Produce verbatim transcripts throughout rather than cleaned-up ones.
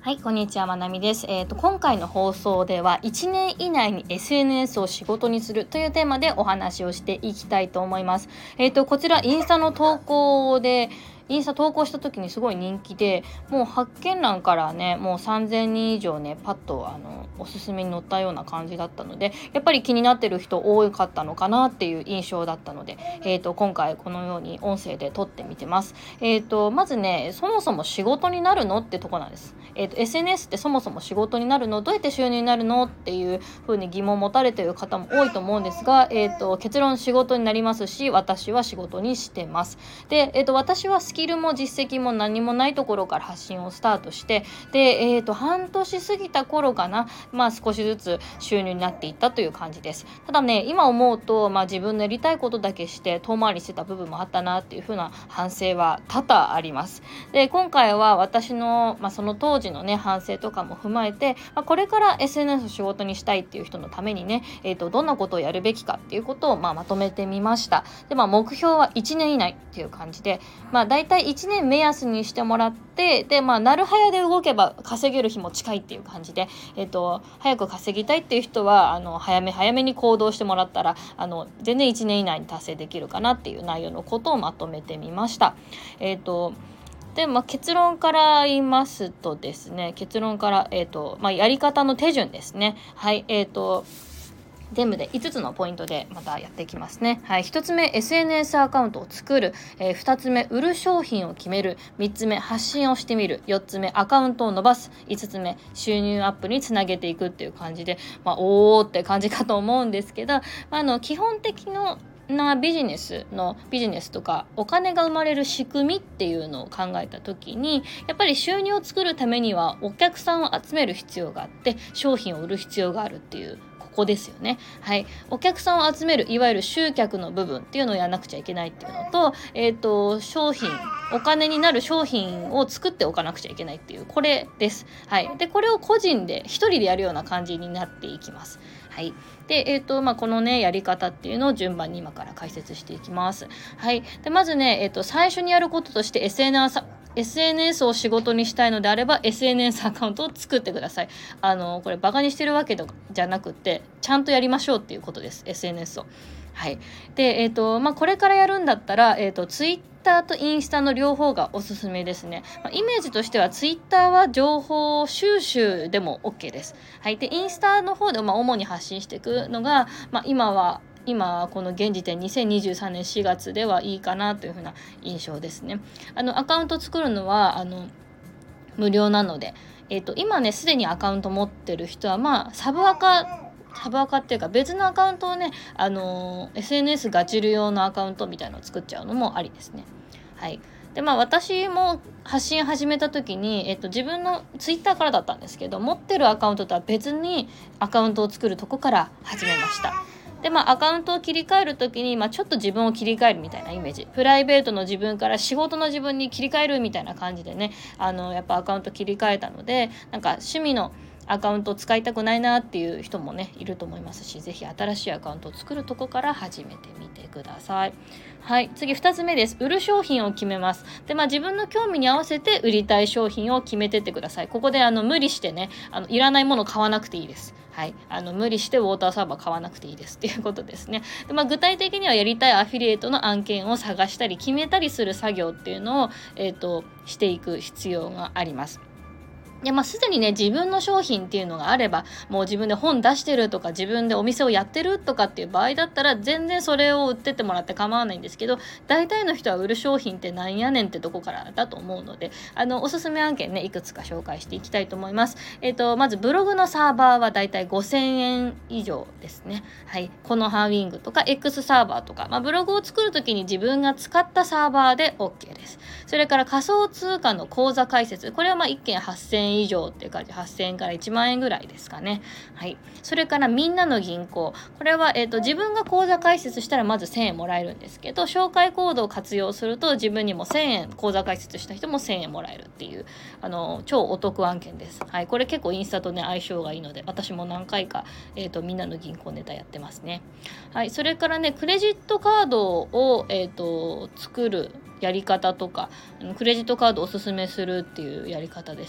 はい、こんにちは、まなみです。えっと、今回の放送ではいちねん以内に エスエヌエス を仕事にするというテーマでお話をしていきたいと思います。えっと、こちらインスタの投稿で、インスタ投稿した時にすごい人気で、もう発見欄からね、もうさんぜんにん以上ね、パッとあのおすすめに載ったような感じだったので、やっぱり気になってる人多かったのかなっていう印象だったので、えっと、今回このように音声で撮ってみてます。えっと、まずね、そもそも仕事になるのってとこなんです。えっと、エスエヌエス ってそもそも仕事になるの、どうやって収入になるのっていう風に疑問を持たれている方も多いと思うんですが、えっと、結論仕事になりますし、私は仕事にしてます。で、えっと、私はスキルも実績も何もないところから発信をスタートして、で、えっと、半年過ぎた頃かな、まあ少しずつ収入になっていったという感じです。ただね、今思うと、まあ自分のやりたいことだけして遠回りしてた部分もあったなっていう風な反省は多々あります。で、今回は私の、まあ、その当時のね、反省とかも踏まえて、まあ、これから エスエヌエス を仕事にしたいっていう人のためにね、えっと、どんなことをやるべきかっていうことを、まあ、まとめてみました。で、まあ、目標はいちねん以内っていう感じで、まあ、だいたいいちねん目安にしてもらって、で、まあ、なるはやで動けば稼げる日も近いっていう感じで、えっと、早く稼ぎたいっていう人は、あの、早め早めに行動してもらったら、あの、全然いちねん以内に達成できるかなっていう内容のことをまとめてみました。えっと、で、まあ、結論から言いますとですね、結論から、えっと、まあ、やり方の手順ですね。はい、えっと、全部でいつつのポイントでまたやっていきますね。はい、ひとつめ エスエヌエス アカウントを作る、えー、ふたつめ売る商品を決める、みっつめ発信をしてみる、よっつめアカウントを伸ばす、いつつめ収入アップにつなげていくっていう感じで、まあ、おーって感じかと思うんですけど、まあ、あの基本的のなビジネスのビジネスとかお金が生まれる仕組みっていうのを考えた時に、やっぱり収入を作るためにはお客さんを集める必要があって、商品を売る必要があるっていうここですよね。はい、お客さんを集めるいわゆる集客の部分っていうのをやらなくちゃいけないっていうのと、えっと商品お金になる商品を作っておかなくちゃいけないっていうこれです。はい、でこれを個人で一人でやるような感じになっていきます。はい、で、えーとまあ、このねやり方っていうのを順番に今から解説していきます。はい、でまずね、えーと、最初にやることとして エスエヌエスエスエヌエス を仕事にしたいのであれば エスエヌエス アカウントを作ってください。あのこれバカにしてるわけじゃなくて、ちゃんとやりましょうっていうことです。 エスエヌエス を。はい、で、えーとまあ、これからやるんだったら、えーと、ツイッターとインスタの両方がおすすめですね。まあ、イメージとしてはツイッターは情報収集でも OK です。はい、でインスタの方でまあ主に発信していくのが、まあ、今は今この現時点にせんにじゅうさんねんしがつではいいかなというふうな印象ですね。あのアカウント作るのはあの無料なので、えーと、今ねすでにアカウント持ってる人はまあサブアカサブアカっていうか別のアカウントをね、あのー、エスエヌエス ガチる用のアカウントみたいなのを作っちゃうのもありですね。はい。でまあ私も発信始めた時に、えっと、自分のツイッターからだったんですけど、持ってるアカウントとは別にアカウントを作るとこから始めました。でまあアカウントを切り替える時に、まあ、ちょっと自分を切り替えるみたいなイメージ、プライベートの自分から仕事の自分に切り替えるみたいな感じでね、あのやっぱアカウント切り替えたので、なんか趣味のアカウントを使いたくないなっていう人もねいると思いますし、ぜひ新しいアカウントを作るとこから始めてみてください。はい、次ふたつめです。売る商品を決めます。でまあ自分の興味に合わせて売りたい商品を決めてってください。ここであの無理してね、あのいらないもの買わなくていいです。はい、あの無理してウォーターサーバー買わなくていいですっていうことですね。で、まあ、具体的にはやりたいアフィリエイトの案件を探したり決めたりする作業っていうのを、えーと、していく必要があります。でまあ、すでにね自分の商品っていうのがあれば、もう自分で本出してるとか自分でお店をやってるとかっていう場合だったら全然それを売ってってもらって構わないんですけど、大体の人は売る商品ってなんやねんってとこからだと思うので、あのおすすめ案件ねいくつか紹介していきたいと思います。えっとまずブログのサーバーはだいたいごせんえん以上ですね。はい、このハーウィングとか X サーバーとか、まあ、ブログを作るときに自分が使ったサーバーで OK です。それから仮想通貨の口座開設、これはまあいっけんはっせんえん以上っていう感じ、はっせんえんからいちまんえんぐらいですかね。はい。それからみんなの銀行、これは、えーと、自分が口座開設したらまずせんえんもらえるんですけど、紹介コードを活用すると自分にもせんえん、口座開設した人もせんえんもらえるっていう、あの超お得案件です。はい。これ結構インスタとね相性がいいので、私も何回か、えーと、みんなの銀行ネタやってますね。はい。それからね、クレジットカードを、えーと、作るやり方とか、クレジットカードをおすすめするっていうやり方ですね。まあ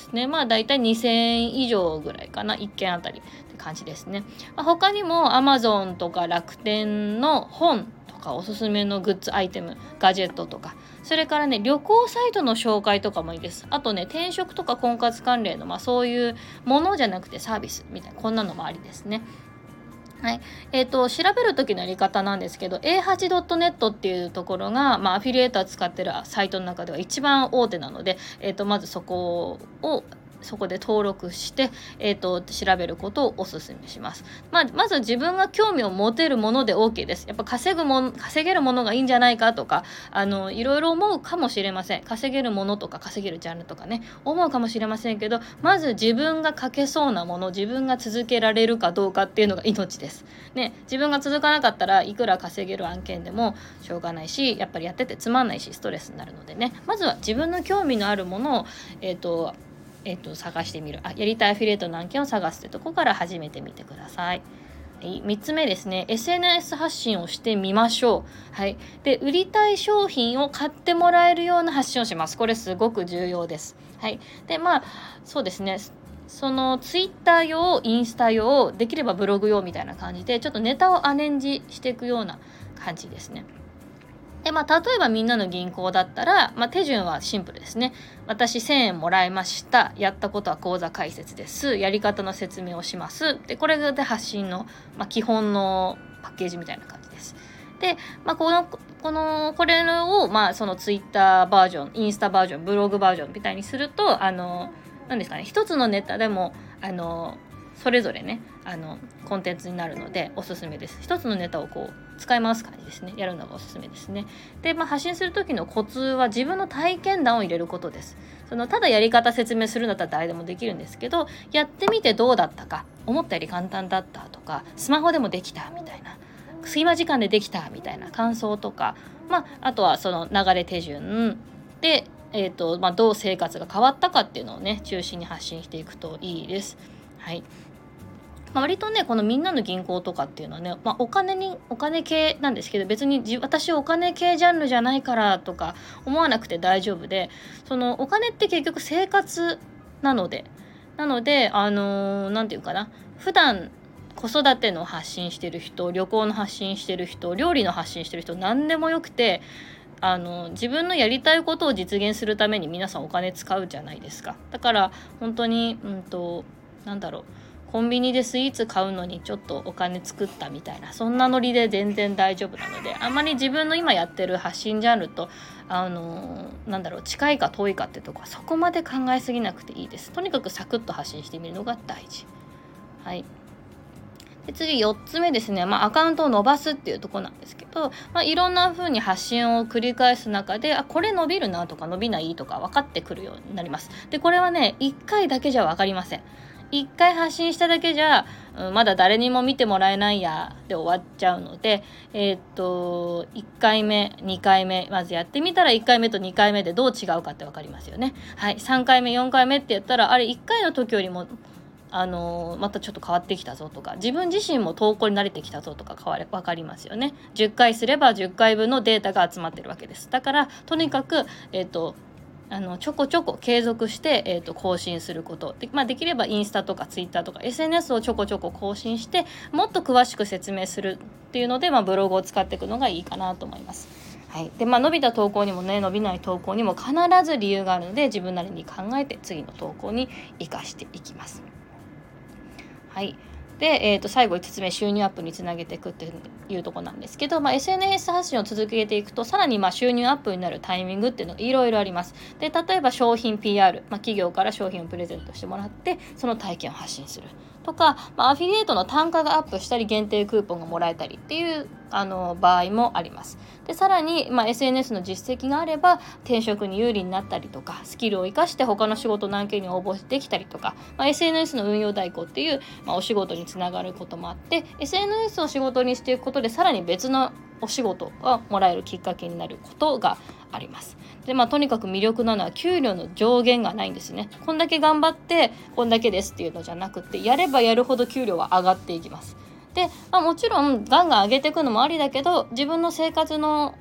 だいたいにせんえん以上ぐらいかな、いっけんあたりって感じですね。まあ、他にも Amazon とか楽天の本とかおすすめのグッズアイテム、ガジェットとか、それからね旅行サイトの紹介とかもいいです。あとね転職とか婚活関連の、まあ、そういうものじゃなくてサービスみたいな、こんなのもありですね。はい。えっ、と、調べる時のやり方なんですけど、エーはちドットネット っていうところが、まあ、アフィリエイター使ってるサイトの中では一番大手なので、えっ、と、まずそこを、そこで登録して、えっ、と、調べることをお勧めします。まあ、まず自分が興味を持てるもので OK です。やっぱ稼ぐもん、稼げるものがいいんじゃないかとか、あの、いろいろ思うかもしれません。稼げるものとか稼げるジャンルとかね、思うかもしれませんけど、まず自分が書けそうなもの、自分が続けられるかどうかっていうのが命です。ね、自分が続かなかったらいくら稼げる案件でもしょうがないし、やっぱりやっててつまんないしストレスになるのでね、まずは自分の興味のあるものを、えっ、と、えっと、探してみる。あ、やりたいアフィリエイトの案件を探すというところから始めてみてください。はい、みっつめですね、エスエヌエス 発信をしてみましょう。はい。で、売りたい商品を買ってもらえるような発信をします。これすごく重要です。はい。で、まあ、そうですね。そのツイッター用、インスタ用、できればブログ用みたいな感じで、ちょっとネタをアレンジしていくような感じですね。で、まあ、例えばみんなの銀行だったら、まあ、手順はシンプルですね。私せんえんもらいました。やったことは口座開設です。やり方の説明をします。で、これで発信の、まあ、基本のパッケージみたいな感じです。で、まあ、この、この、これを、まあ、そのツイッターバージョン、インスタバージョン、ブログバージョンみたいにすると、あの、何ですかね、一つのネタでも、あの、それぞれね、あのコンテンツになるのでおすすめです。一つのネタをこう使い回す感じですね、やるのがおすすめですね。で、まあ、発信する時のコツは自分の体験談を入れることです。そのただやり方説明するんだったら誰でもできるんですけど、やってみてどうだったか、思ったより簡単だったとか、スマホでもできたみたいな、隙間時間でできたみたいな感想とか、まあ、あとはその流れ手順で、えーとまあ、どう生活が変わったかっていうのをね中心に発信していくといいです。はい。まあ、割とねこのみんなの銀行とかっていうのはね、まあ、お金にお金系なんですけど、別にじ私お金系ジャンルじゃないからとか思わなくて大丈夫で、そのお金って結局生活なのでなのであのー、なんていうかな、普段子育ての発信してる人、旅行の発信してる人、料理の発信してる人、何でもよくて、あの自分のやりたいことを実現するために皆さんお金使うじゃないですか。だから本当にうんとなんだろう、コンビニでスイーツ買うのにちょっとお金作ったみたいな、そんなノリで全然大丈夫なので、あんまり自分の今やってる発信ジャンルとあのなんだろう近いか遠いかってとこはそこまで考えすぎなくていいです。とにかくサクッと発信してみるのが大事。はい。で次よっつめですね、まあ、アカウントを伸ばすっていうところなんですけど、まあ、いろんな風に発信を繰り返す中で、あこれ伸びるなとか伸びないとか分かってくるようになります。でこれはねいっかいだけじゃ分かりません。いっかい発信しただけじゃ、うん、まだ誰にも見てもらえないやで終わっちゃうので、えー、っといっかいめにかいめまずやってみたら、いっかいめとにかいめでどう違うかって分かりますよね。はい。さんかいめよんかいめってやったら、あれいっかいの時よりもあのまたちょっと変わってきたぞとか、自分自身も投稿に慣れてきたぞとか変われ分かりますよね。じゅっかいすればじゅっかいぶんのデータが集まってるわけです。だからとにかく、えー、とあのちょこちょこ継続して、えー、と更新することで、まあ、できればインスタとかツイッターとか エスエヌエス をちょこちょこ更新して、もっと詳しく説明するっていうので、まあ、ブログを使っていくのがいいかなと思います。はい。でまあ、伸びた投稿にもね伸びない投稿にも必ず理由があるので、自分なりに考えて次の投稿に生かしていきます。はい。で、えー、と最後いつつめ、収入アップにつなげていくっていうところなんですけど、まあ、エスエヌエス 発信を続けていくと、さらにまあ収入アップになるタイミングっていうのがいろいろあります。で例えば商品 ピーアール、まあ、企業から商品をプレゼントしてもらってその体験を発信するとか、まあ、アフィリエイトの単価がアップしたり限定クーポンがもらえたりっていうあの場合もあります。でさらに、まあ、エスエヌエス の実績があれば転職に有利になったりとか、スキルを生かして他の仕事の案件に応募できたりとか、まあ、エスエヌエス の運用代行っていう、まあ、お仕事につながることもあって、 エスエヌエス を仕事にしていくことでさらに別のお仕事がもらえるきっかけになることがあります。でまあとにかく魅力なのは給料の上限がないんですね。こんだけ頑張ってこんだけですっていうのじゃなくて、やればやるほど給料は上がっていきます。で、まあ、もちろんガンガン上げていくのもありだけど、自分の生活の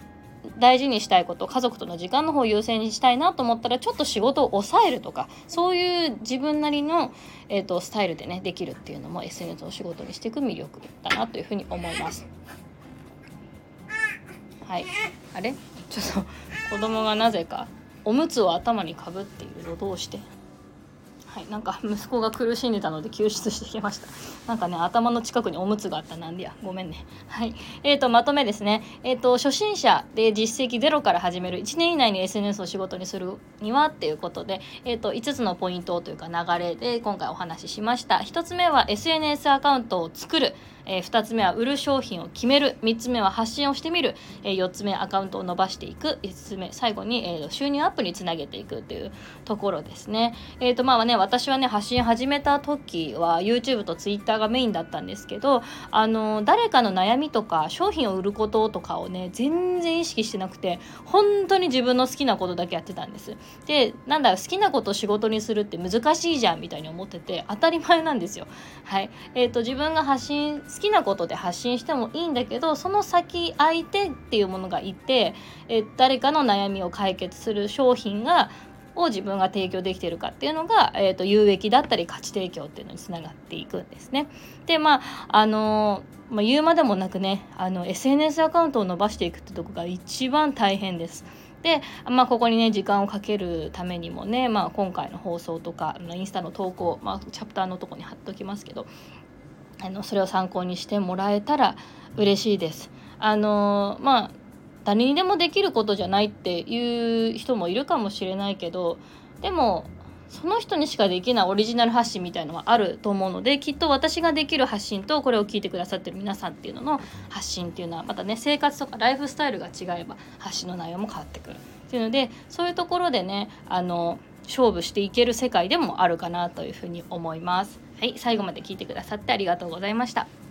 大事にしたいこと、家族との時間の方を優先にしたいなと思ったら、ちょっと仕事を抑えるとか、そういう自分なりの、えーと、スタイルでねできるっていうのも エスエヌエス を仕事にしていく魅力だなというふうに思います。はい、あれちょっと子供がなぜかおむつを頭にかぶっているの、どうして。はい、なんか息子が苦しんでたので救出してきました。なんかね、頭の近くにおむつがあった。なんでや、ごめんね。はい、えーとまとめですね。えーと初心者で実績ゼロから始める、いちねん以内に エスエヌエス を仕事にするにはっていうことで、えーといつつのポイントというか流れで今回お話ししました。ひとつめは エスエヌエス アカウントを作る、えー、ふたつめは売る商品を決める、みっつめは発信をしてみる、えー、よっつめアカウントを伸ばしていく、いつつめ最後に、えー、収入アップにつなげていくというところですね。えーとまあね、私はね発信始めた時は YouTube と Twitter がメインだったんですけど、あの誰かの悩みとか商品を売ることとかをね全然意識してなくて、本当に自分の好きなことだけやってたんです。で、なんだ好きなことを仕事にするって難しいじゃんみたいに思ってて、当たり前なんですよ。はい、えーと自分が発信好きなことで発信してもいいんだけど、その先相手っていうものがいて、えー、誰かの悩みを解決する商品がを自分が提供できているかっていうのが、えーと、有益だったり価値提供っていうのにつながっていくんですね。で、まああのーまあ、言うまでもなくね、あの エスエヌエス アカウントを伸ばしていくってとこが一番大変です。で、まあ、ここにね時間をかけるためにもね、まあ、今回の放送とかインスタの投稿、まあ、チャプターのとこに貼っときますけど、あのそれを参考にしてもらえたら嬉しいです。あのー、まあ誰にでもできることじゃないっていう人もいるかもしれないけど、でもその人にしかできないオリジナル発信みたいのはあると思うので、きっと私ができる発信とこれを聞いてくださってる皆さんっていうのの発信っていうのはまたね、生活とかライフスタイルが違えば発信の内容も変わってくるっていうので、そういうところでね、あの勝負していける世界でもあるかなというふうに思います。はい、最後まで聞いてくださってありがとうございました。